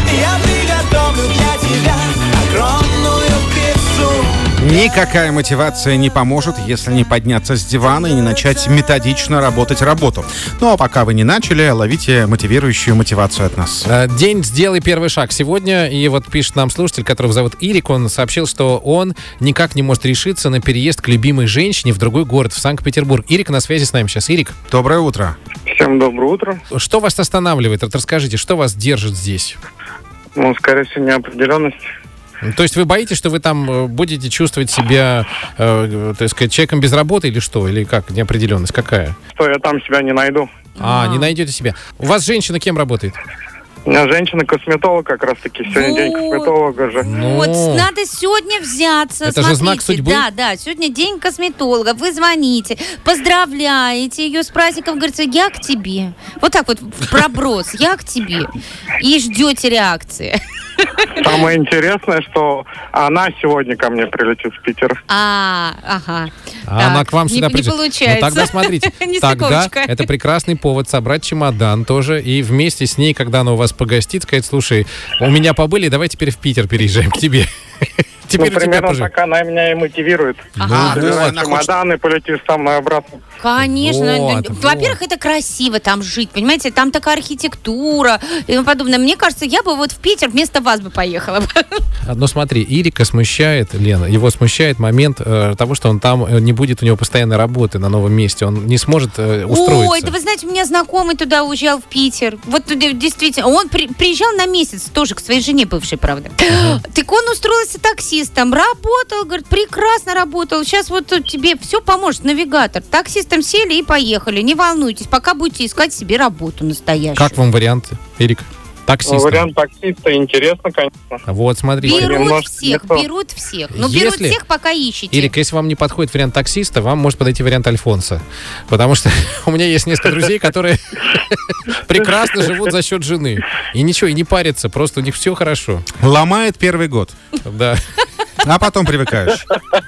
Я приготовлю для тебя огромную пиццу. Никакая мотивация не поможет, если не подняться с дивана и не начать методично работать работу. Ну а пока вы не начали, ловите мотивирующую мотивацию от нас. День «Сделай первый шаг» сегодня. И вот пишет нам слушатель, которого зовут Ирик. Он сообщил, что он никак не может решиться на переезд к любимой женщине в другой город, в Санкт-Петербург. Ирик на связи с нами сейчас. Ирик. Доброе утро. Всем доброе утро. Что вас останавливает? Вот расскажите, что вас держит здесь? Ну, скорее всего, неопределенность. То есть вы боитесь, что вы там будете чувствовать себя, так сказать, человеком без работы или что? Или как? Неопределенность какая? Что я там себя не найду. Не найдете себя. У вас женщина кем работает? У меня женщина-косметолог как раз-таки. Сегодня день косметолога же. Вот, надо сегодня взяться. Это же знак судьбы. Да, сегодня день косметолога. Вы звоните, поздравляете ее с праздником, говорите, я к тебе. Вот так вот, в проброс, я к тебе. И ждете реакции. Самое интересное, что она сегодня ко мне прилетит в Питер. Ага. Она к вам сюда придет. Не получается. Ну, тогда смотрите, тогда это прекрасный повод собрать чемодан тоже и вместе с ней, когда она у вас погостит, сказать, слушай, у меня побыли, давай теперь в Питер переезжаем к тебе. Теперь примерно так она меня и мотивирует. Чемодан и полетишь со мной обратно. Конечно. Во-первых, это красиво там жить, понимаете? Там такая архитектура и тому подобное. Мне кажется, я бы вот в Питер вместо вас бы поехала. Но смотри, Ирика смущает, Лена, его смущает момент того, что он там не будет у него постоянной работы на новом месте. Он не сможет устроиться. Ой, да вы знаете, у меня знакомый туда уезжал в Питер. Вот действительно, он приезжал на месяц тоже к своей жене бывшей, правда. Так он устроился таксистом, работал, говорит, прекрасно работал. Сейчас вот тебе все поможет, навигатор. Таксистом сели и поехали. Не волнуйтесь, пока будете искать себе работу настоящую. Как вам вариант, Эрик? Таксиста. Вариант таксиста интересно, конечно. Вот, смотрите. Берут всех. Но берут всех, пока ищете. Эрик, если вам не подходит вариант таксиста, вам может подойти вариант Альфонса. Потому что у меня есть несколько друзей, которые прекрасно живут за счет жены. И ничего, и не парятся, просто у них все хорошо. Ломает первый год. Да. А потом привыкаешь.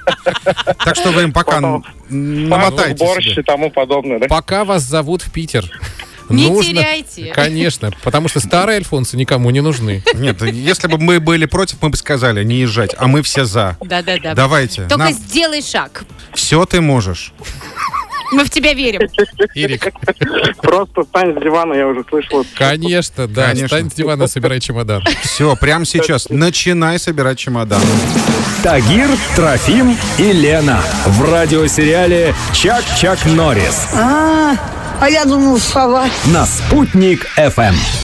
Так что вы им пока намотайте борщ и тому подобное, да? Пока вас зовут в Питер. Не теряйте. Конечно, потому что старые альфонсы никому не нужны. Нет, если бы мы были против, мы бы сказали не езжать, а мы все за. Да. Давайте. Только сделай шаг. Все ты можешь. Мы в тебя верим. Ирик. Просто встань с дивана, я уже слышал. Конечно, да. Конечно. Встань с дивана, собирай чемодан. Все, прямо сейчас начинай собирать чемодан. Тагир, Трофим и Лена в радиосериале «Чак-Чак Норрис». А я думал, сова. На Спутник FM.